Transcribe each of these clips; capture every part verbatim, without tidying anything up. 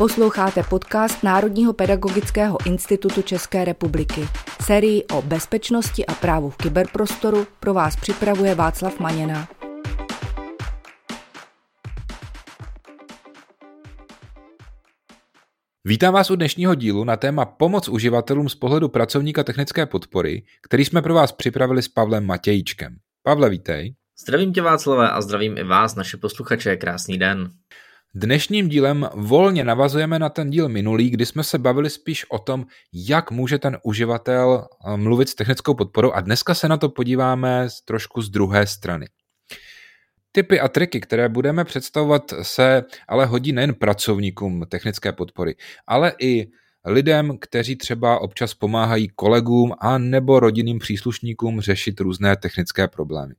Posloucháte podcast Národního pedagogického institutu České republiky. Sérii o bezpečnosti a právu v kyberprostoru pro vás připravuje Václav Maněna. Vítám vás u dnešního dílu na téma pomoc uživatelům z pohledu pracovníka technické podpory, který jsme pro vás připravili s Pavlem Matějíčkem. Pavle, vítej. Zdravím tě, Václave, a zdravím i vás, naše posluchače. Krásný den. Dnešním dílem volně navazujeme na ten díl minulý, kdy jsme se bavili spíš o tom, jak může ten uživatel mluvit s technickou podporou, a dneska se na to podíváme trošku z druhé strany. Tipy a triky, které budeme představovat, se ale hodí nejen pracovníkům technické podpory, ale i lidem, kteří třeba občas pomáhají kolegům a nebo rodinným příslušníkům řešit různé technické problémy.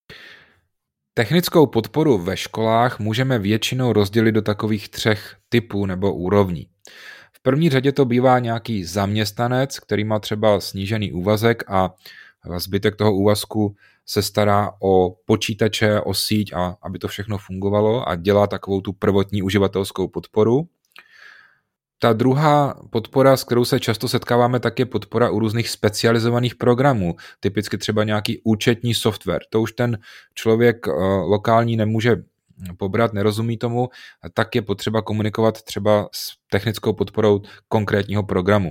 Technickou podporu ve školách můžeme většinou rozdělit do takových třech typů nebo úrovní. V první řadě to bývá nějaký zaměstnanec, který má třeba snížený úvazek a zbytek toho úvazku se stará o počítače, o síť a aby to všechno fungovalo a dělá takovou tu prvotní uživatelskou podporu. Ta druhá podpora, s kterou se často setkáváme, tak je podpora u různých specializovaných programů, typicky třeba nějaký účetní software. To už ten člověk lokální nemůže pobrat, nerozumí tomu, tak je potřeba komunikovat třeba s technickou podporou konkrétního programu.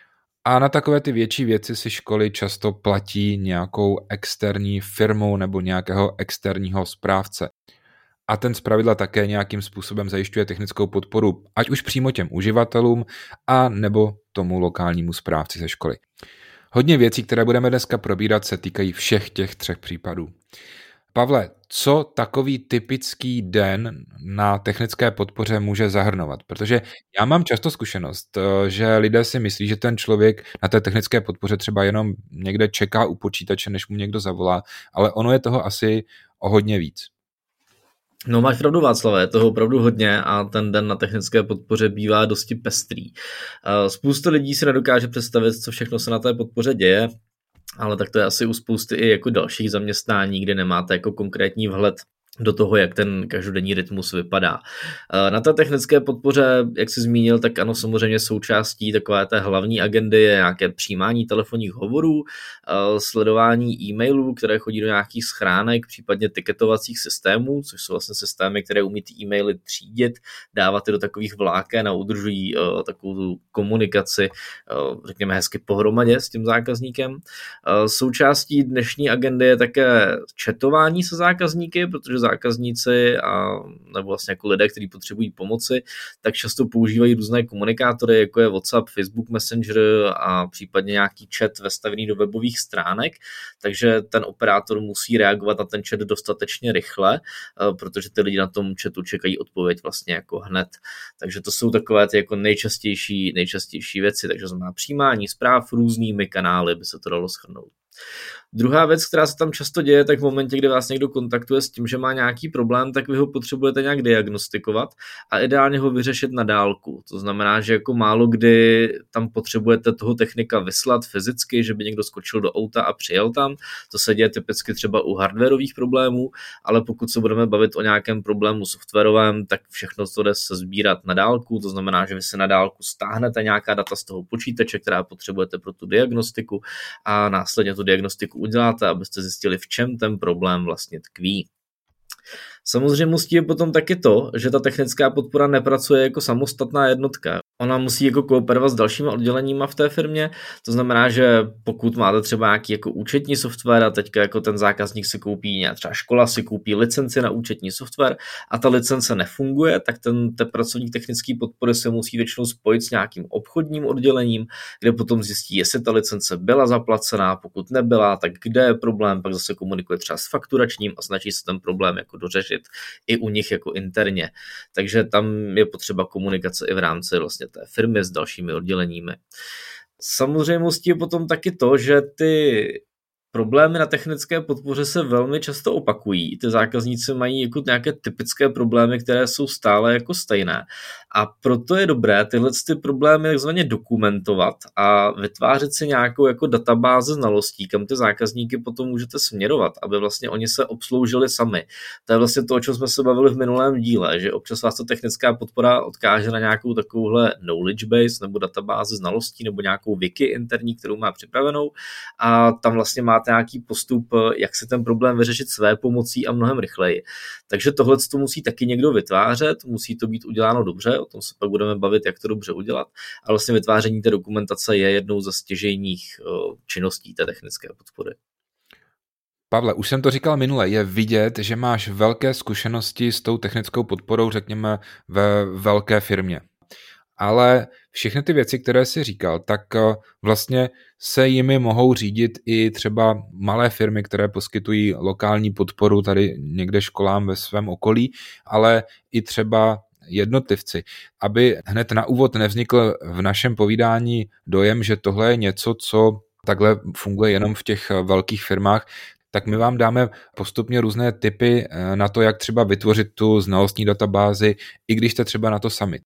A na takové ty větší věci si školy často platí nějakou externí firmu nebo nějakého externího správce. A ten zpravidla také nějakým způsobem zajišťuje technickou podporu, ať už přímo těm uživatelům, a nebo tomu lokálnímu správci ze školy. Hodně věcí, které budeme dneska probírat, se týkají všech těch třech případů. Pavle, co takový typický den na technické podpoře může zahrnovat? Protože já mám často zkušenost, že lidé si myslí, že ten člověk na té technické podpoře třeba jenom někde čeká u počítače, než mu někdo zavolá, ale ono je toho asi o hodně víc. No, máš pravdu, Václave, je toho opravdu hodně a ten den na technické podpoře bývá dosti pestrý. Spousta lidí si nedokáže představit, co všechno se na té podpoře děje, ale tak to je asi u spousty i jako dalších zaměstnání, kde nemáte jako konkrétní vhled do toho, jak ten každodenní rytmus vypadá. Na té technické podpoře, jak jsi zmínil, tak ano, samozřejmě součástí takové té hlavní agendy je nějaké přijímání telefonních hovorů, sledování e-mailů, které chodí do nějakých schránek, případně tiketovacích systémů, což jsou vlastně systémy, které umí ty e-maily třídit, dávat je do takových vláken a udržují takovou komunikaci, řekněme hezky pohromadě s tím zákazníkem. Součástí dnešní agendy je také chatování se zákazníky, protože zákazníci a nebo vlastně jako lidé, kteří potřebují pomoci, tak často používají různé komunikátory, jako je WhatsApp, Facebook Messenger a případně nějaký chat vestavený do webových stránek, takže ten operátor musí reagovat na ten chat dostatečně rychle, protože ty lidi na tom chatu čekají odpověď vlastně jako hned. Takže to jsou takové ty jako nejčastější, nejčastější věci, takže znamená přijímání zpráv různými kanály, by se to dalo shrnout. Druhá věc, která se tam často děje, tak v momentě, kdy vás někdo kontaktuje s tím, že má nějaký problém, tak vy ho potřebujete nějak diagnostikovat a ideálně ho vyřešit na dálku. To znamená, že jako málo kdy tam potřebujete toho technika vyslat fyzicky, že by někdo skočil do auta a přijel tam. To se děje typicky třeba u hardwarových problémů, ale pokud se budeme bavit o nějakém problému softwarovém, tak všechno to jde se sbírat na dálku. To znamená, že vy si na dálku stáhnete nějaká data z toho počítače, která potřebujete pro tu diagnostiku, a následně tu diagnostiku uděláte, abyste zjistili, v čem ten problém vlastně tkví. Samozřejmostí je potom taky to, že ta technická podpora nepracuje jako samostatná jednotka. Ona musí jako kooperovat s dalšíma odděleníma v té firmě, to znamená, že pokud máte třeba nějaký jako účetní software a teďka jako ten zákazník si koupí, třeba škola si koupí licenci na účetní software a ta licence nefunguje, tak ten, ten pracovník technické podpory se musí většinou spojit s nějakým obchodním oddělením, kde potom zjistí, jestli ta licence byla zaplacená, pokud nebyla, tak kde je problém, pak zase komunikuje třeba s fakturačním a snaží se ten problém jako dořešit i u nich jako interně. Takže tam je potřeba komunikace i v rámci vlastně té firmy s dalšími odděleními. Samozřejmostí je potom taky to, že ty Problémy na technické podpoře se velmi často opakují. Ty zákazníci mají jako nějaké typické problémy, které jsou stále jako stejné. A proto je dobré tyhle ty problémy takzvaně dokumentovat a vytvářet si nějakou jako databázi znalostí, kam ty zákazníky potom můžete směrovat, aby vlastně oni se obsloužili sami. To je vlastně to, o čem jsme se bavili v minulém díle, že občas vás ta technická podpora odkáže na nějakou takovouhle knowledge base nebo databázi znalostí nebo nějakou wiki interní, kterou má připravenou, a tam vlastně má nějaký postup, jak si ten problém vyřešit své pomocí a mnohem rychleji. Takže tohle to musí taky někdo vytvářet, musí to být uděláno dobře, o tom se pak budeme bavit, jak to dobře udělat, a vlastně vytváření té dokumentace je jednou ze stěžejních činností té technické podpory. Pavle, už jsem to říkal minule, je vidět, že máš velké zkušenosti s tou technickou podporou, řekněme, ve velké firmě. Ale všechny ty věci, které jsi říkal, tak vlastně se jimi mohou řídit i třeba malé firmy, které poskytují lokální podporu tady někde školám ve svém okolí, ale i třeba jednotlivci. Aby hned na úvod nevznikl v našem povídání dojem, že tohle je něco, co takhle funguje jenom v těch velkých firmách, tak my vám dáme postupně různé tipy na to, jak třeba vytvořit tu znalostní databázi, i když jste třeba na to sami.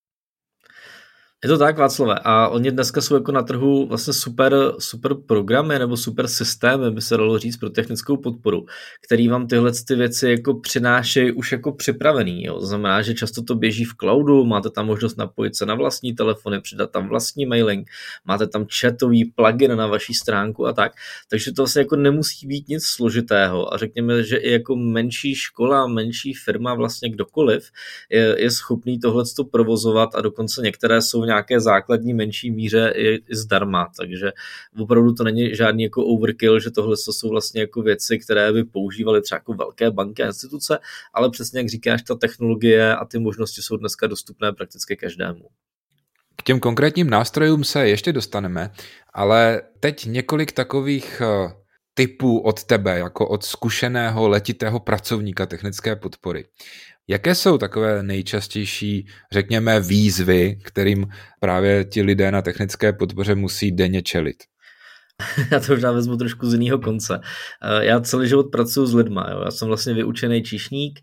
Je to tak, Václave, a oni dneska jsou jako na trhu vlastně super, super programy nebo super systémy, by se dalo říct, pro technickou podporu, který vám tyhle ty věci jako přinášejí už jako připravený. Jo. To znamená, že často to běží v cloudu, máte tam možnost napojit se na vlastní telefony, přidat tam vlastní mailing, máte tam chatový plugin na vaší stránku a tak. Takže to vlastně jako nemusí být nic složitého a řekněme, že i jako menší škola, menší firma, vlastně kdokoliv je, je schopný tohleto provozovat a dokonce některé jsou nějaké základní menší míře i, i zdarma, takže opravdu to není žádný jako overkill, že tohle jsou vlastně jako věci, které by používaly třeba jako velké banky a instituce, ale přesně jak říkáš, ta technologie a ty možnosti jsou dneska dostupné prakticky každému. K těm konkrétním nástrojům se ještě dostaneme, ale teď několik takových tipů od tebe, jako od zkušeného letitého pracovníka technické podpory. Jaké jsou takové nejčastější, řekněme, výzvy, kterým právě ti lidé na technické podpoře musí denně čelit? Já to možná vezmu trošku z jiného konce. Já celý život pracuji s lidma. Jo. Já jsem vlastně vyučený číšník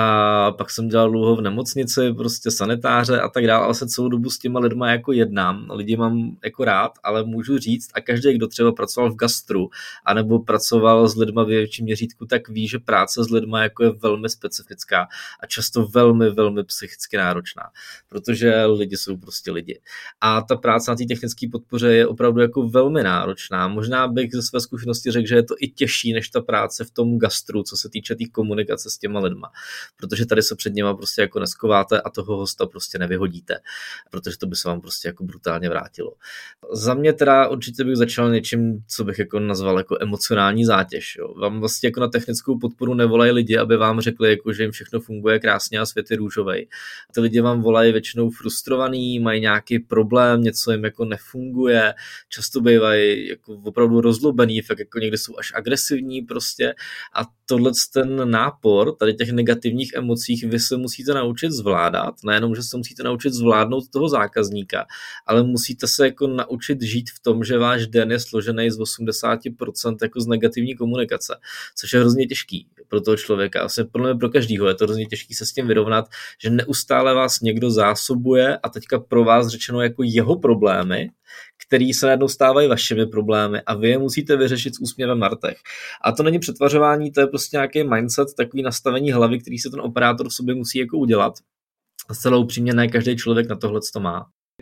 a pak jsem dělal dlouho v nemocnici, prostě sanitáře a tak dále, ale se celou dobu s těma lidma jako jednám. Lidi mám jako rád, ale můžu říct, a každý, kdo třeba pracoval v gastru anebo pracoval s lidma v větším měřítku, tak ví, že práce s lidma jako je velmi specifická a často velmi, velmi psychicky náročná, protože lidi jsou prostě lidi. A ta práce na té technické podpoře je opravdu jako velmi náročná. Možná bych ze své zkušenosti řekl, že je to i těžší než ta práce v tom gastru, co se týče té tý komunikace s těma lidma. Protože tady se před něma prostě jako neskováte a toho hosta prostě nevyhodíte, protože to by se vám prostě jako brutálně vrátilo. Za mě teda určitě bych začal něčím, co bych jako nazval jako emocionální zátěž. Jo. Vám vlastně jako na technickou podporu nevolají lidi, aby vám řekli, jako, že jim všechno funguje krásně a svět je růžovej. Ty lidi vám volají většinou frustrovaný, mají nějaký problém, něco jim jako nefunguje, často bývají jako opravdu rozlobený, fakt jako někdy jsou až agresivní prostě a tohle ten nápor tady těch negativních emocích vy se musíte naučit zvládat, nejenom, že se musíte naučit zvládnout toho zákazníka, ale musíte se jako naučit žít v tom, že váš den je složený z osmdesát procent jako z negativní komunikace, což je hrozně těžký pro toho člověka, vlastně podle mě pro každýho je to hrozně těžký se s tím vyrovnat, že neustále vás někdo zásobuje a teďka pro vás řečeno jako jeho problémy, který se najednou stávají vašimi problémy a vy je musíte vyřešit s úsměvem na rtech. A to není přetvařování, to je prostě nějaký mindset, takový nastavení hlavy, který se ten operátor v sobě musí jako udělat. Zcela upřímně ne každý člověk na tohle to má.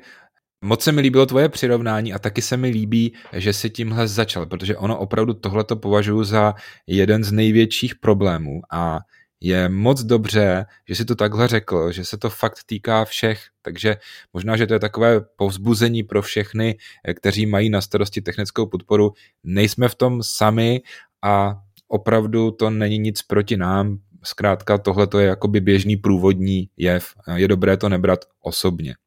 Moc se mi líbilo tvoje přirovnání a taky se mi líbí, že jsi tímhle začal, protože ono opravdu tohleto považuji za jeden z největších problémů a je moc dobře, že jsi to takhle řekl, že se to fakt týká všech, takže možná, že to je takové povzbuzení pro všechny, kteří mají na starosti technickou podporu. Nejsme v tom sami a opravdu to není nic proti nám, zkrátka tohle to je jakoby běžný průvodní jev, je dobré to nebrat osobně.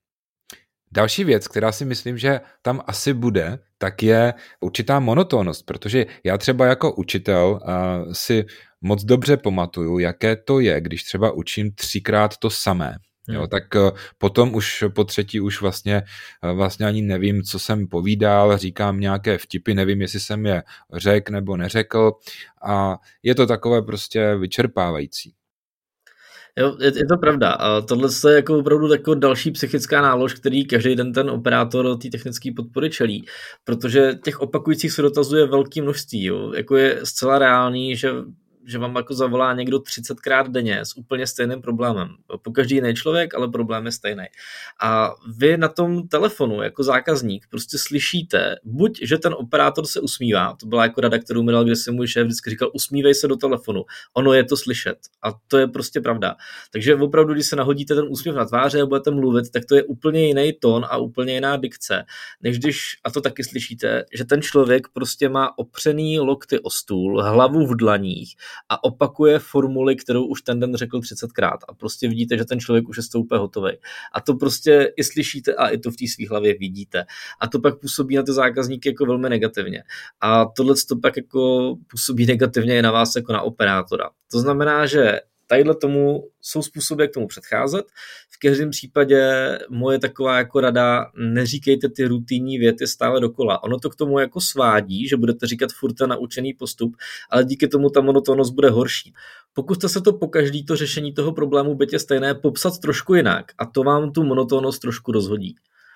Další věc, která si myslím, že tam asi bude, tak je určitá monotónnost, protože já třeba jako učitel uh, si moc dobře pamatuju, jaké to je, když třeba učím třikrát to samé. Jo, tak potom už po třetí už vlastně, vlastně ani nevím, co jsem povídal, říkám nějaké vtipy, nevím, jestli jsem je řekl nebo neřekl a je to takové prostě vyčerpávající. Jo, je, je to pravda. A tohle je jako opravdu jako další psychická nálož, který každý den ten operátor té technické podpory čelí, protože těch opakujících se dotazů je velké množství. Jo. Jako je zcela reálný, že že vám jako zavolá někdo třicetkrát denně s úplně stejným problémem. Po každý jiný člověk, ale problém je stejný. A vy na tom telefonu jako zákazník prostě slyšíte, buď, že ten operátor se usmívá, to byla jako rada, kterou mi dal, kde si můj šéf vždycky říkal, usmívej se do telefonu, ono je to slyšet. A to je prostě pravda. Takže opravdu, když se nahodíte ten úsměv na tváře a budete mluvit, tak to je úplně jiný tón a úplně jiná dikce, než když, a to taky slyšíte, že ten člověk prostě má opřený lokty o stůl, hlavu v dlaních a opakuje formuli, kterou už ten den řekl třicetkrát a prostě vidíte, že ten člověk už je stoupé hotový. A to prostě i slyšíte a i to v té své hlavě vidíte. A to pak působí na ty zákazníky jako velmi negativně. A tohle to pak jako působí negativně i na vás jako na operátora. To znamená, že tadyhle tomu jsou způsoby, jak tomu předcházet. V každém případě moje taková jako rada, neříkejte ty rutinní věty stále dokola. Ono to k tomu jako svádí, že budete říkat furt ten naučený postup, ale díky tomu ta monotónnost bude horší. Pokuste se to pokaždý to řešení toho problému, byť je stejné, popsat trošku jinak a to vám tu monotónnost trošku rozhodí.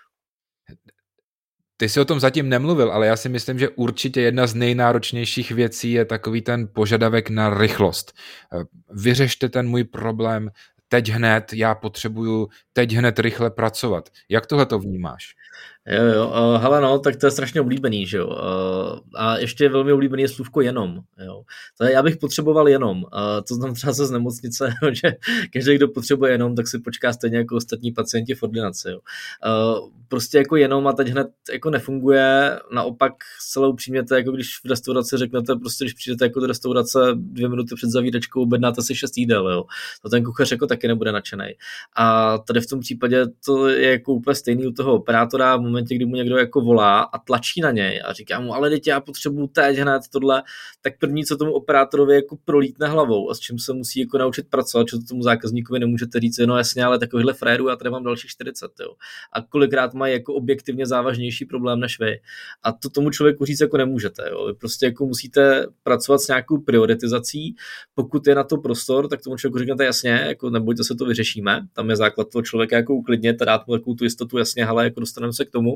Ty jsi o tom zatím nemluvil, ale já si myslím, že určitě jedna z nejnáročnějších věcí je takový ten požadavek na rychlost. Vyřešte ten můj problém teď hned, já potřebuju teď hned rychle pracovat. Jak tohle to vnímáš? Jo, jo, uh, hele no, tak to je strašně oblíbený, že jo, uh, a ještě velmi oblíbený je slůvko jenom, jo, to je, já bych potřeboval jenom, uh, to znám třeba se z nemocnice, že každý, kdo potřebuje jenom, tak si počká stejně jako ostatní pacienti v ordinaci, jo, uh, prostě jako jenom a teď hned jako nefunguje, naopak zcela upřímně to je jako když v restauraci řeknete, prostě když přijdete jako do restaurace dvě minuty před zavíračkou, objednáte si šest jídel, jo, to ten kuchař jako taky nebude nadšenej a tady v tom případě to je jako úplně stejný u toho operátora. V momentě, kdy mu někdo jako volá a tlačí na něj a říká mu, ale teď já potřebuju teď hned tohle, tak první, co tomu operátorovi jako prolítne hlavou a s čím se musí jako naučit pracovat, že to tomu zákazníkovi nemůžete říct, no jasně, ale takovýhle fréru já tady mám dalších čtyřicet, jo. A kolikrát mají jako objektivně závažnější problém než vy. A to tomu člověku říct jako nemůžete, jo. Vy prostě jako musíte pracovat s nějakou prioritizací. Pokud je na to prostor, tak tomu člověku říkáte jasně, jako nebojte se, to vyřešíme. Tam je základ toho člověka jako uklidnit a dát mu takovou tu jistotu, jasně, hele, jako dostaneme se k tomu.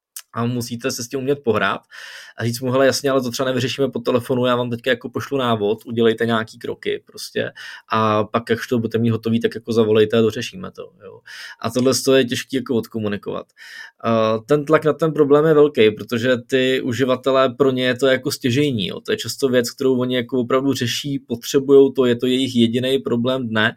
A musíte se s tím umět pohrát a říct mu, hele jasně, ale to třeba nevyřešíme po telefonu, já vám teďka jako pošlu návod, udělejte nějaký kroky prostě a pak, až to budete mít hotový, tak jako zavolejte a dořešíme to. Jo. A tohle je těžké jako odkomunikovat. Ten tlak na ten problém je velký, protože ty uživatelé, pro ně je to jako stěžejní. Jo. To je často věc, kterou oni jako opravdu řeší, potřebujou to, je to jejich jediný problém dne.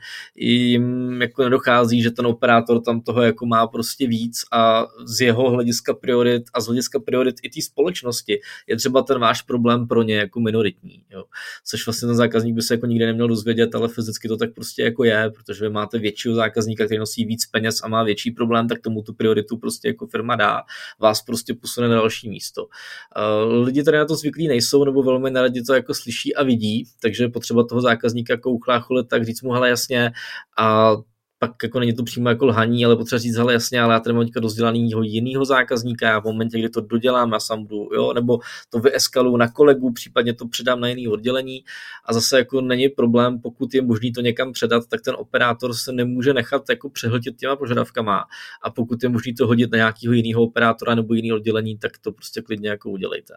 Jim jako nedochází, že ten operátor tam toho jako má prostě víc a z jeho hlediska priorit a z hlediska priorit i té společnosti je třeba ten váš problém pro ně jako minoritní. Jo. Což vlastně ten zákazník by se jako nikdy neměl dozvědět, ale fyzicky to tak prostě jako je, protože vy máte většího zákazníka, který nosí víc peněz a má větší problém, tak tomu tu prioritu prostě jako firma dá, vás prostě posune na další místo. Uh, lidi tady na to zvyklí nejsou, nebo velmi neradi to jako slyší a vidí, takže je potřeba toho zákazníka jako uchlácholit, tak říct mu, hele jasně, a pak jako není to přímo jako lhaní, ale potřeba říct, hele jasně, ale já tady mám teďka rozdělanýho jinýho zákazníka a v momentě, kdy to dodělám, já sám jdu, jo, nebo to vyeskaluju na kolegu, případně to předám na jiný oddělení a zase jako není problém, pokud je možný to někam předat, tak ten operátor se nemůže nechat jako přehltit těma požadavkama a pokud je možný to hodit na nějakého jiného operátora nebo jiný oddělení, tak to prostě klidně jako udělejte.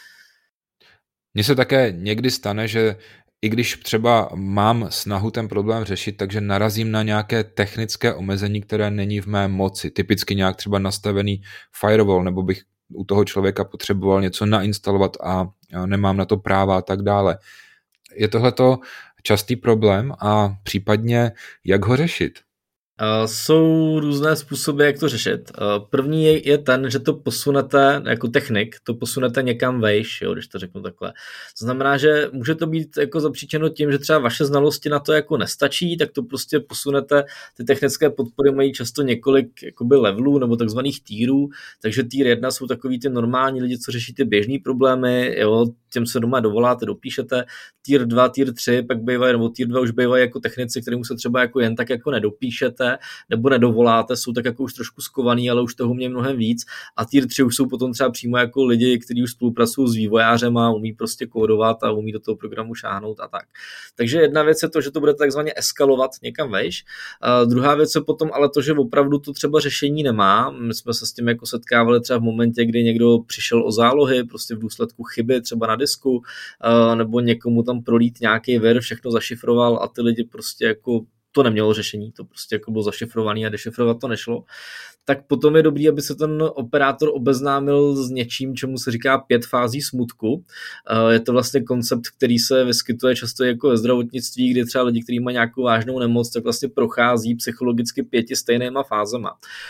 Mně se také někdy stane, že i když třeba mám snahu ten problém řešit, takže narazím na nějaké technické omezení, které není v mé moci. Typicky nějak třeba nastavený firewall, nebo bych u toho člověka potřeboval něco nainstalovat a nemám na to práva a tak dále. Je tohleto častý problém a případně jak ho řešit? Uh, jsou různé způsoby, jak to řešit. Uh, první je, je ten, že to posunete jako technik, to posunete někam vejš, jo, když to řeknu takhle. To znamená, že může to být jako zapříčeno tím, že třeba vaše znalosti na to jako nestačí, tak to prostě posunete. Ty technické podpory mají často několik jakoby levelů nebo takzvaných tírů, takže tier jedna jsou takový ty normální lidi, co řeší ty běžný problémy, jo, těm se doma dovoláte, dopíšete, tier dva, tier tři, pak bývají, nebo tier dva už bývají jako technici, kterým se třeba jako jen tak jako nedopíšete, nebo nedovoláte, jsou tak jako už trošku skovaný, ale už toho mě mnohem víc, a tier tři už jsou potom třeba přímo jako lidi, kteří už spolupracují s vývojářem a umí prostě kódovat a umí do toho programu šáhnout a tak. Takže jedna věc je to, že to bude takzvaně eskalovat někam vejš. A druhá věc je potom ale to, že opravdu to třeba řešení nemá. My jsme se s tím jako setkávali třeba v momentě, kdy někdo přišel o zálohy, prostě v důsledku chyby třeba na disku, nebo někomu tam prolít nějaký vir, všechno zašifroval a ty lidi prostě jako to nemělo řešení, to prostě jako bylo zašifrovaný a dešifrovat to nešlo, tak potom je dobrý, aby se ten operátor obeznámil s něčím, čemu se říká pět fází smutku. Je to vlastně koncept, který se vyskytuje často jako ve zdravotnictví, kdy třeba lidi, kteří mají nějakou vážnou nemoc, tak vlastně prochází psychologicky pěti stejnýma fázema.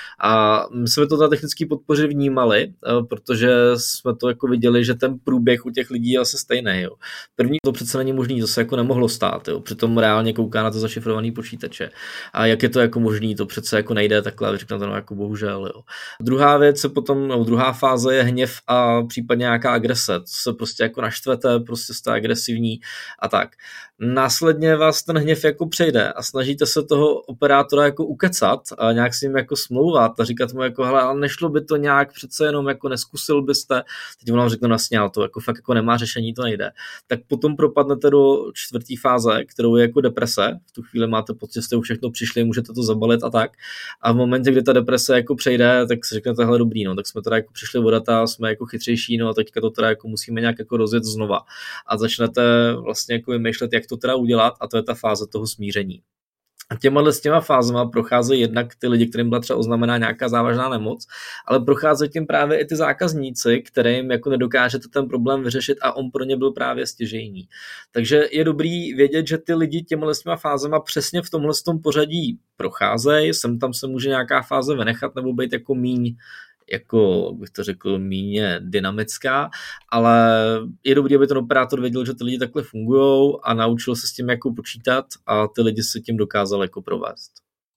A my jsme to na technické podpoře vnímali, protože jsme to jako viděli, že ten průběh u těch lidí je asi stejný. Jo. První to přece není možný, to se jako nemohlo stát. Jo. Přitom reálně kouká na to zašifrovaný počítače. A jak je to jako možný, to přece jako nejde takhle, řeknete, no jako bohužel. Jo. Druhá věc je potom, no, druhá fáze je hněv a případně nějaká agrese. To se prostě jako naštvete, prostě jste agresivní a tak. Následně vás ten hněv jako přejde a snažíte se toho operátora jako ukecat a nějak s ním jako smlouvat a říkat mu jako, hele, ale nešlo by to nějak, přece jenom jako neskusil byste. Teď on vám řekne, jasně, ale to jako fakt jako nemá řešení, to nejde. Tak potom propadnete do čtvrtý fáze, kterou je jako deprese. V tu chvíli máte pocit, že jste už všechno přišli, můžete to zabalit a tak. A v momentě, kdy ta deprese jako přejde, tak si řeknete, hele, dobrý, no, tak jsme teda jako přišli o data, jsme jako chytřejší, no a teďka to teda jako musíme nějak jako rozjet znova. A začnete vlastně jako vymýšlet, jak to teda udělat, a to je ta fáze toho smíření. A těma s těma fázama procházejí jednak ty lidi, kterým byla třeba oznámená nějaká závažná nemoc, ale procházejí tím právě i ty zákazníci, kterým jako nedokážete ten problém vyřešit a on pro ně byl právě stěžejní. Takže je dobrý vědět, že ty lidi těma s těma fázama přesně v tomhle tom pořadí procházejí, sem tam se může nějaká fáze vynechat nebo být jako míň, jako bych to řekl, míně dynamická, ale je dobrý, aby ten operátor věděl, že ty lidi takhle fungujou a naučil se s tím jako počítat a ty lidi se tím dokázali jako provést.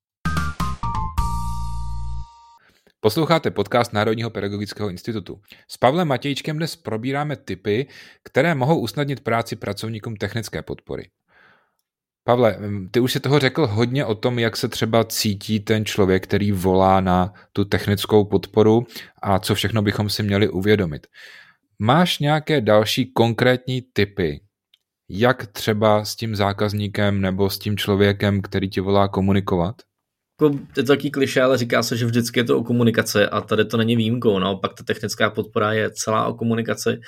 Posloucháte podcast Národního pedagogického institutu. S Pavlem Matějčkem dnes probíráme tipy, které mohou usnadnit práci pracovníkům technické podpory. Pavle, ty už si toho řekl hodně o tom, jak se třeba cítí ten člověk, který volá na tu technickou podporu a co všechno bychom si měli uvědomit. Máš nějaké další konkrétní tipy, jak třeba s tím zákazníkem nebo s tím člověkem, který ti volá, komunikovat? Je to taký klišé, ale říká se, že vždycky je to o komunikaci a tady to není výjimkou. Naopak ta technická podpora je celá o komunikaci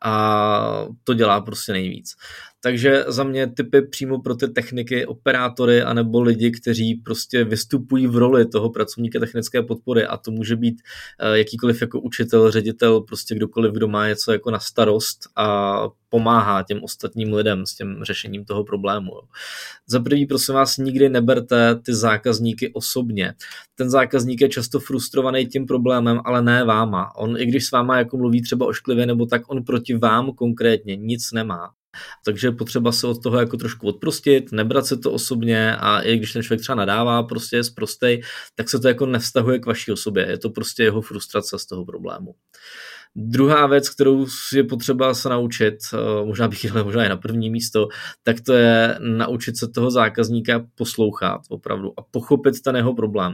a to dělá prostě nejvíc. Takže za mě tipy přímo pro ty techniky, operátory anebo lidi, kteří prostě vystupují v roli toho pracovníka technické podpory, a to může být jakýkoliv jako učitel, ředitel, prostě kdokoliv, kdo má něco jako na starost a pomáhá těm ostatním lidem s tím řešením toho problému. Za první, prosím vás, nikdy neberte ty zákazníky osobně. Ten zákazník je často frustrovaný tím problémem, ale ne váma. On, i když s váma jako mluví třeba ošklivě nebo tak, on proti vám konkrétně nic nemá. Takže je potřeba se od toho jako trošku odprostit, nebrat se to osobně, a i když ten člověk třeba nadává, prostě je sprostej, tak se to jako nevztahuje k vaší osobě. Je to prostě jeho frustrace z toho problému. Druhá věc, kterou je potřeba se naučit, možná bych jel možná i na první místo, tak to je naučit se toho zákazníka poslouchat opravdu a pochopit ten jeho problém.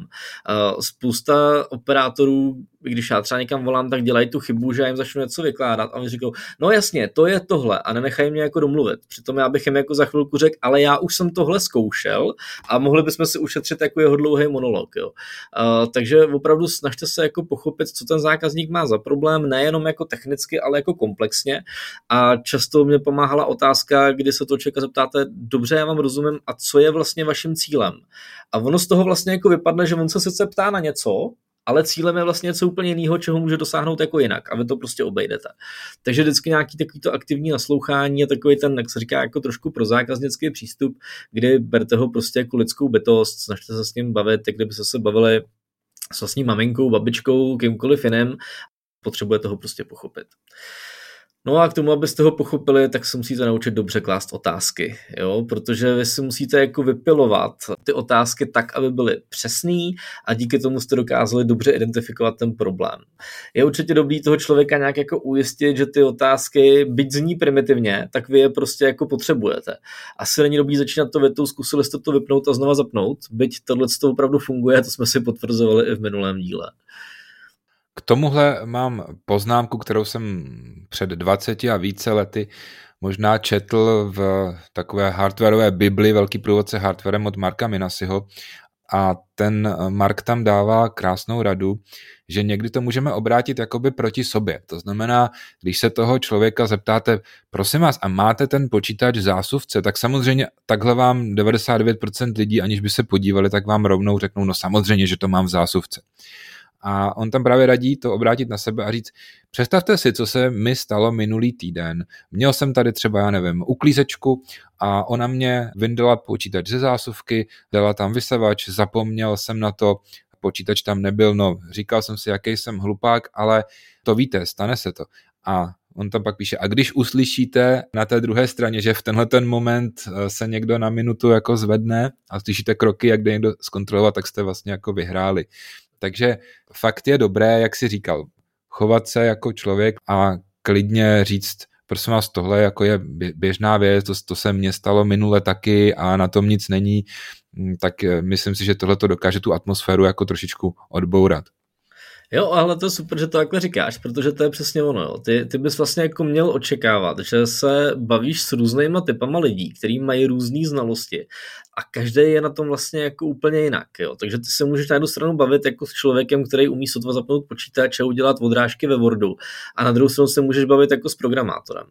Spousta operátorů, když já třeba někam volám, tak dělají tu chybu, že já jim začnu něco vykládat a oni říkají, no jasně, to je tohle, a nenechají mě jako domluvit. Přitom já bych jim jako za chvilku řekl, ale já už jsem tohle zkoušel a mohli bychom si ušetřit jako jeho dlouhý monolog. Jo. Uh, takže opravdu snažte se jako pochopit, co ten zákazník má za problém, nejenom jako technicky, ale jako komplexně. A často mě pomáhala otázka, kdy se toho člověka zeptáte, dobře, já vám rozumím, a co je vlastně vaším cílem? A ono z toho vlastně jako vypadne, že on se sice ptá na něco, ale cílem je vlastně něco úplně jiného, čeho může dosáhnout jako jinak, a vy to prostě obejdete. Takže vždycky nějaký takovýto aktivní naslouchání je takový ten, jak se říká, jako trošku prozákaznický přístup, kdy berte ho prostě jako lidskou bytost, snažte se s ním bavit, jak kdyby se se bavili s vlastní maminkou, babičkou, kýmkoliv jiným, potřebujete ho prostě pochopit. No a k tomu, abyste ho pochopili, tak se musíte naučit dobře klást otázky, jo? Protože vy si musíte jako vypilovat ty otázky tak, aby byly přesný a díky tomu jste dokázali dobře identifikovat ten problém. Je určitě dobrý toho člověka nějak jako ujistit, že ty otázky, byť zní primitivně, tak vy je prostě jako potřebujete. Asi není dobrý začínat to větou, zkusili jste to vypnout a znova zapnout, byť tohle to opravdu funguje, to jsme si potvrzovali i v minulém díle. K tomuhle mám poznámku, kterou jsem před dvaceti a více lety možná četl v takové hardwareové bibli, velký průvodce hardwarem od Marka Minasiho, a ten Mark tam dává krásnou radu, že někdy to můžeme obrátit jakoby proti sobě. To znamená, když se toho člověka zeptáte, prosím vás, a máte ten počítač v zásuvce, tak samozřejmě takhle vám devadesát devět procent lidí, aniž by se podívali, tak vám rovnou řeknou, no samozřejmě, že to mám v zásuvce. A on tam právě radí to obrátit na sebe a říct, představte si, co se mi stalo minulý týden. Měl jsem tady třeba, já nevím, uklízečku a ona mě vyndala počítač ze zásuvky, dala tam vysavač, zapomněl jsem na to, počítač tam nebyl, no říkal jsem si, jaký jsem hlupák, ale to víte, stane se to. A on tam pak píše, a když uslyšíte na té druhé straně, že v tenhle ten moment se někdo na minutu jako zvedne a slyšíte kroky, jak jde někdo zkontrolovat, tak jste vlastně jako vyhráli. Takže fakt je dobré, jak jsi říkal, chovat se jako člověk a klidně říct, prosím vás, tohle jako je běžná věc, to, to se mně stalo minule taky a na tom nic není, tak myslím si, že tohle to dokáže tu atmosféru jako trošičku odbourat. Jo, ale to je super, že to takhle říkáš, protože to je přesně ono. Jo. Ty, ty bys vlastně jako měl očekávat, že se bavíš s různýma typama lidí, kteří mají různé znalosti a každý je na tom vlastně jako úplně jinak. Jo. Takže ty se můžeš na jednu stranu bavit jako s člověkem, který umí sotva zapnout počítač a udělat odrážky ve Wordu, a na druhou stranu se můžeš bavit jako s programátorem.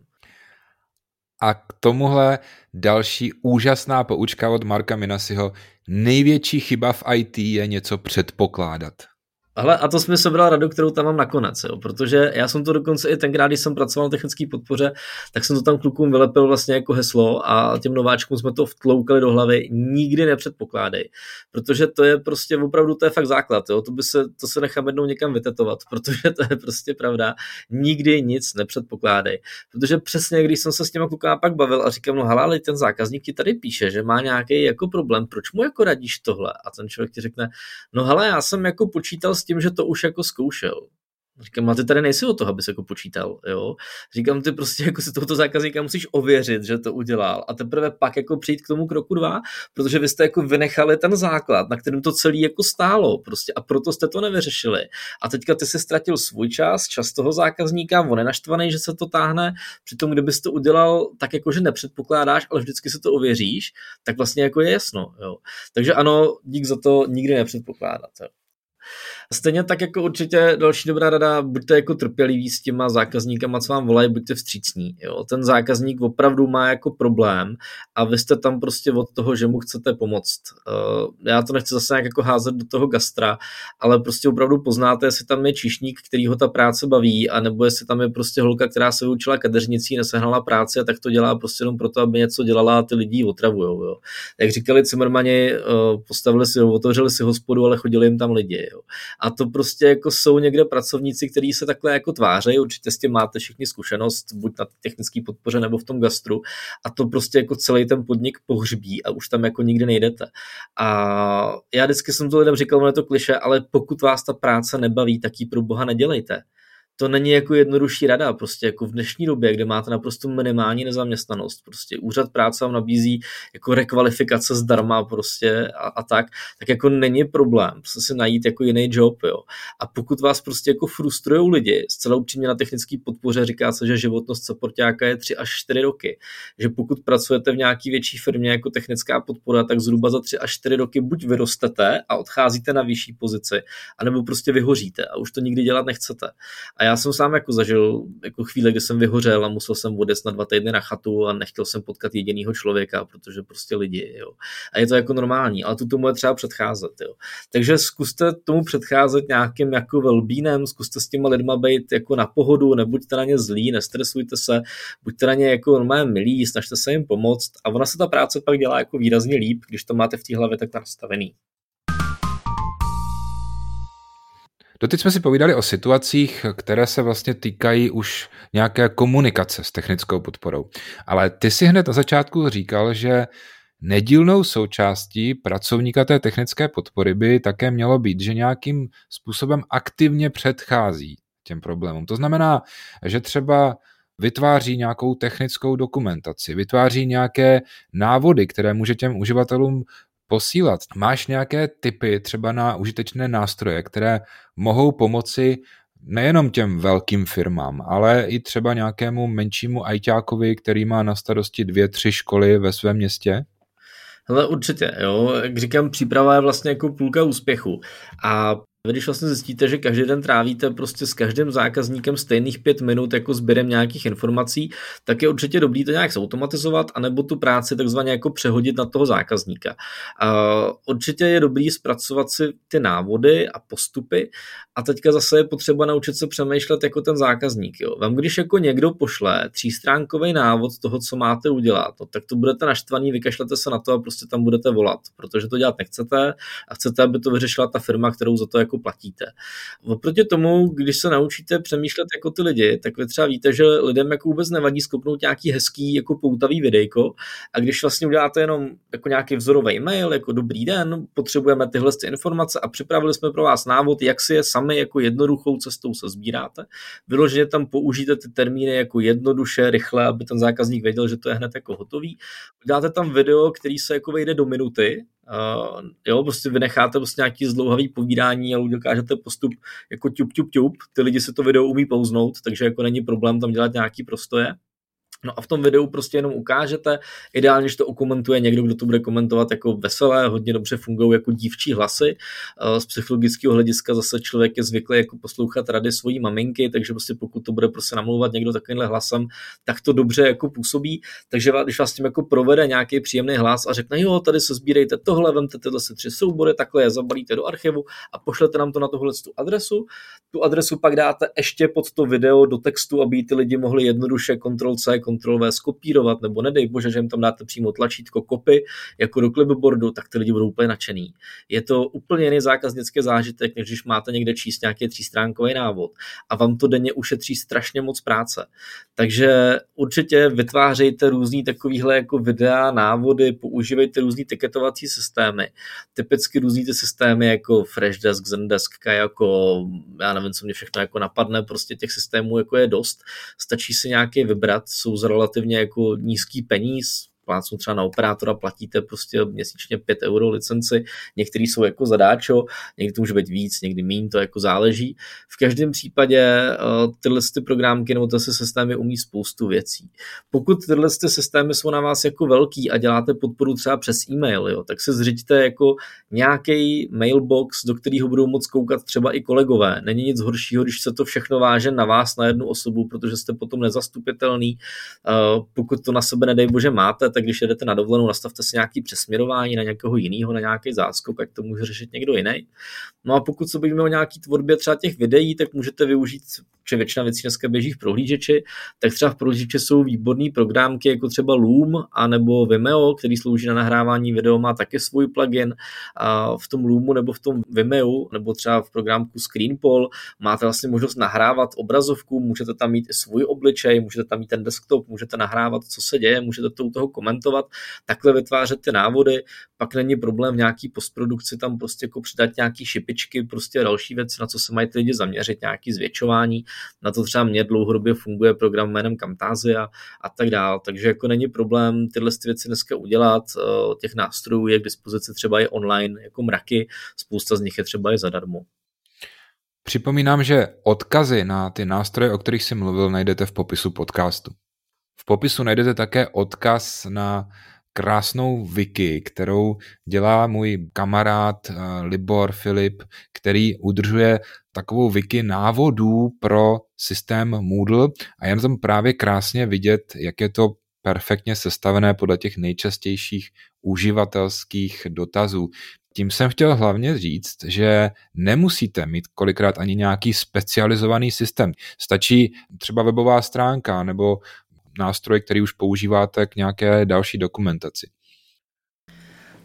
A k tomuhle další úžasná poučka od Marka Minasiho. Největší chyba v í té je něco předpokládat. Ale a to jsi mi sebral radu, kterou tam mám nakonec, jo, protože já jsem to dokonce i tenkrát, když jsem pracoval na technické podpoře, tak jsem to tam klukům vylepil vlastně jako heslo a těm nováčkům jsme to vtloukali do hlavy, nikdy nepředpokládej, protože to je prostě opravdu, to je fakt základ, jo, to, by se, to se nechám jednou někam vytetovat, protože to je prostě pravda, nikdy nic nepředpokládej, protože přesně, když jsem se s těma klukama pak bavil a říkám, no hele, ale ten zákazník ti tady píše, že má nějaký jako problém, proč mu jako radíš tohle? A ten člověk ti řekne, no hele, já jsem jako počítal s tím, že to už jako zkoušel. Říkám, a ty tady nejsi o toho, abys jako počítal, jo. Říkám, ty prostě jako si tohoto zákazníka musíš ověřit, že to udělal a teprve pak jako přijít k tomu kroku dva, protože vy jste jako vynechali ten základ, na kterém to celý jako stálo prostě a proto jste to nevyřešili. A teďka ty si ztratil svůj čas, čas toho zákazníka, on je naštvaný, že se to táhne, přitom kdybys to udělal tak jako, že nepředpokládáš, ale vždycky si to ověříš, tak vlastně jako je jasno, jo. Takže ano, dík za to, nikdy nepředpokládat, jo. Stejně tak jako určitě další dobrá rada, buďte jako trpěliví s těma zákazníkama, co vám volají, buďte vstřícní. Jo? Ten zákazník opravdu má jako problém a vy jste tam prostě od toho, že mu chcete pomoct. Uh, já to nechci zase nějak jako házet do toho gastra, ale prostě opravdu poznáte, jestli tam je číšník, který ho ta práce baví, anebo jestli tam je prostě holka, která se vyučila kadeřnicí, nesehnala práci a tak to dělá prostě jenom proto, aby něco dělala a ty lidi otravujou. Jo? Jak říkali Cimrmani, uh, postavili si, otevřeli si hospodu, ale chodili jim tam lidi. Jo? A to prostě jako jsou někde pracovníci, kteří se takhle jako tvářejí, určitě s tím máte všichni zkušenost, buď na technické podpoře nebo v tom gastru, a to prostě jako celý ten podnik pohřbí a už tam jako nikdy nejdete. A já vždycky jsem to lidem říkal, ono je to klišé, ale pokud vás ta práce nebaví, tak ji pro boha nedělejte. To není jako jednodušší rada, prostě jako v dnešní době, kde máte naprosto minimální nezaměstnanost, prostě úřad práce vám nabízí jako rekvalifikace zdarma prostě a, a tak, tak jako není problém prostě si najít jako jiný job, jo. A pokud vás prostě jako frustrujou lidi, zcela upřímně na technické podpoře říká se, že životnost supportáka je tři až čtyři roky, že pokud pracujete v nějaký větší firmě jako technická podpora, tak zhruba za tři až čtyři roky buď vyrostete a odcházíte na vyšší pozici, anebo prostě vyhoříte a už to nikdy dělat nechcete. A já jsem sám jako zažil jako chvíle, kdy jsem vyhořel a musel jsem odjet na dva týdny na chatu a nechtěl jsem potkat jedinýho člověka, protože prostě lidi, jo. A je to jako normální, ale tu tomu je třeba předcházet, jo. Takže zkuste tomu předcházet nějakým jako wellbeingem, zkuste s těma lidma být jako na pohodu, nebuďte na ně zlí, nestresujte se, buďte na ně jako normálně milí, snažte se jim pomoct a ona se ta práce pak dělá jako výrazně líp, když to máte v té hlavě tak nastavený. Doteď jsme si povídali o situacích, které se vlastně týkají už nějaké komunikace s technickou podporou. Ale ty si hned na začátku říkal, že nedílnou součástí pracovníka té technické podpory by také mělo být, že nějakým způsobem aktivně předchází těm problémům. To znamená, že třeba vytváří nějakou technickou dokumentaci, vytváří nějaké návody, které může těm uživatelům posílat. Máš nějaké tipy třeba na užitečné nástroje, které mohou pomoci nejenom těm velkým firmám, ale i třeba nějakému menšímu ajťákovi, který má na starosti dvě, tři školy ve svém městě? Hele, určitě, jo. Jak říkám, příprava je vlastně jako půlka úspěchu. A vy když vlastně zjistíte, že každý den trávíte prostě s každým zákazníkem stejných pět minut jako sběrem nějakých informací, tak je určitě dobrý to nějak zautomatizovat, anebo tu práci takzvaně jako přehodit na toho zákazníka. Uh, určitě je dobrý zpracovat si ty návody a postupy a teďka zase je potřeba naučit se přemýšlet jako ten zákazník. Jo. Vám když jako někdo pošle třístránkový návod toho, co máte udělat, no, tak to budete naštvaný, vykašlete se na to a prostě tam budete volat, protože to dělat nechcete a chcete, aby to vyřešila ta firma, kterou za to jako platíte. Oproti tomu, když se naučíte přemýšlet jako ty lidi, tak vy třeba víte, že lidem jako vůbec nevadí skopnout nějaký hezký jako poutavý videjko a když vlastně uděláte jenom jako nějaký vzorový mail, jako dobrý den, potřebujeme tyhle informace a připravili jsme pro vás návod, jak si je sami jako jednoduchou cestou se sbíráte. Vyloženě tam použijte ty termíny jako jednoduše, rychle, aby ten zákazník věděl, že to je hned jako hotový. Uděláte tam video, který se jako vejde do minuty. Uh, jo, prostě vynecháte prostě nějaký zdlouhavý povídání, ale ukážete postup jako ťup, ťup, ťup. Ty lidi si to video umí pouznout, takže jako není problém tam dělat nějaký prostoje. No a v tom videu prostě jenom ukážete, ideálně, že to okomentuje někdo, kdo to bude komentovat jako veselé, hodně dobře fungují jako dívčí hlasy. Z psychologického hlediska zase člověk je zvyklý jako poslouchat rady svojí maminky, takže prostě pokud to bude prostě namlouvat někdo takovýmhle hlasem, tak to dobře jako působí. Takže když vás tím jako provede nějaký příjemný hlas a řekne, jo, tady se sbírejte tohle, vemte tyhle se tři soubory, takhle je zabalíte do archivu a pošlete nám to na tohle tu adresu. Tu adresu pak dáte ještě pod to video do textu, aby ty lidi mohli jednoduše kontrol C, kontrol V skopírovat, nebo nedej bože, že jim tam dáte přímo tlačítko copy jako do clipboardu, tak ty lidi budou úplně nadšený. Je to úplně jiný zákaznický zážitek, než když máte někde číst nějaký třístránkový návod a vám to denně ušetří strašně moc práce. Takže určitě vytvářejte různý takovýhle jako videa, návody, používejte různý tiketovací systémy. Typicky různý ty systémy jako Freshdesk, Zendesk, jako já nevím, co mě všechno jako napadne, prostě těch systémů jako je dost. Stačí si nějaký vybrat, jsou za relativně jako nízký peníz, plácnu třeba na operátora, platíte prostě měsíčně pět euro licenci, některý jsou jako zadáčo, někdy to může být víc, někdy míň, to jako záleží. V každém případě tyhle ty programky nebo tyhle systémy umí spoustu věcí. Pokud tyhle ty systémy jsou na vás jako velký a děláte podporu třeba přes e-mail, jo, tak se zřiďte jako nějaký mailbox, do kterého budou moc koukat třeba i kolegové. Není nic horšího, když se to všechno váže na vás, na jednu osobu, protože jste potom nezastupitelný. Pokud to na sebe, nedej bože, máte, tak když jedete na dovolenou, nastavte si nějaký přesměrování na někoho jiného, na nějaký záskok, ať to může řešit někdo jiný. No a pokud se bavíme o nějaký tvorbě třeba těch videí, tak můžete využít, že většina věcí dneska běží v prohlížeči, tak třeba v prohlížeči jsou výborné programky jako třeba Loom a nebo Vimeo, který slouží na nahrávání video, má taky svůj plugin. A v tom Loomu nebo v tom Vimeo nebo třeba v programku ScreenPol máte vlastně možnost nahrávat obrazovku, můžete tam mít i svůj obličej, můžete tam mít ten desktop, můžete nahrávat, co se děje, můžete to u toho komentovat, takhle vytvářet ty návody, pak není problém v nějaký postprodukci tam prostě jako přidat nějaký šipičky, prostě další věci, na co se mají ty lidi zaměřit, nějaký zvětšování, na to třeba mě dlouhodobě funguje program jménem Camtasia a tak dál, takže jako není problém tyhle věci dneska udělat, těch nástrojů je k dispozici třeba i online jako mraky, spousta z nich je třeba i zadarmo. Připomínám, že odkazy na ty nástroje, o kterých jsem mluvil, najdete v popisu podcastu. V popisu najdete také odkaz na krásnou wiki, kterou dělá můj kamarád Libor Filip, který udržuje takovou wiki návodů pro systém Moodle a jen tam právě krásně vidět, jak je to perfektně sestavené podle těch nejčastějších uživatelských dotazů. Tím jsem chtěl hlavně říct, že nemusíte mít kolikrát ani nějaký specializovaný systém. Stačí třeba webová stránka nebo nástroj, který už používáte k nějaké další dokumentaci.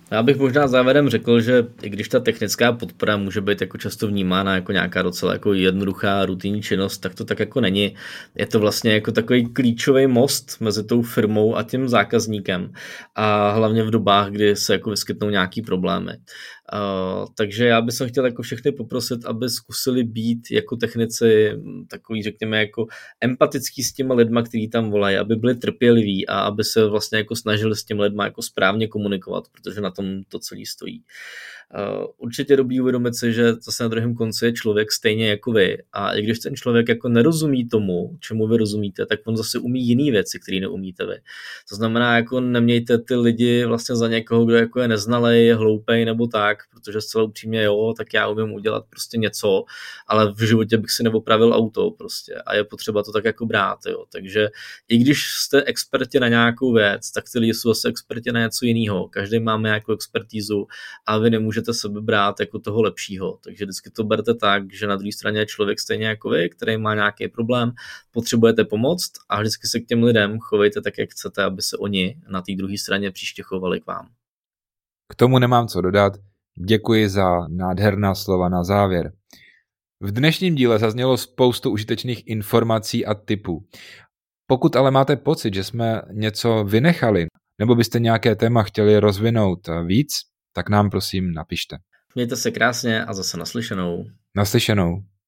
Já bych možná závěrem řekl, že i když ta technická podpora může být jako často vnímána jako nějaká docela jako jednoduchá rutinní činnost, tak to tak jako není. Je to vlastně jako takový klíčový most mezi tou firmou a tím zákazníkem a hlavně v dobách, kdy se jako vyskytnou nějaký problémy. Uh, takže já bych chtěl jako všechny poprosit, aby zkusili být jako technici takový, řekněme, jako empatický s těma lidma, kteří tam volají, aby byli trpěliví a aby se vlastně jako snažili s těmi lidma jako správně komunikovat, protože na tom to celý stojí. Uh, určitě dobrý uvědomit si, že zase na druhém konci je člověk stejně jako vy a i když ten člověk jako nerozumí tomu, čemu vy rozumíte, tak on zase umí jiný věci, které neumíte vy. To znamená, jako nemějte ty lidi vlastně za někoho, kdo jako je neznalej, je hloupej nebo tak, protože zcela upřímně jo, tak já umím udělat prostě něco, ale v životě bych si neopravil auto prostě a je potřeba to tak jako brát, jo. Takže i když jste experti na nějakou věc, tak ty lidi jsou zase experti na něco jiného. Každý máme nějakou expertízu a vy nemůžete sebe brát jako toho lepšího. Takže vždycky to berte tak, že na druhé straně je člověk stejně jako vy, který má nějaký problém, potřebujete pomoct a vždycky se k těm lidem chovejte tak, jak chcete, aby se oni na té druhé straně příště chovali k vám. K tomu nemám co dodat. Děkuji za nádherná slova na závěr. V dnešním díle zaznělo spoustu užitečných informací a tipů. Pokud ale máte pocit, že jsme něco vynechali, nebo byste nějaké téma chtěli rozvinout víc, tak nám prosím napište. Mějte se krásně a zase naslyšenou. Naslyšenou.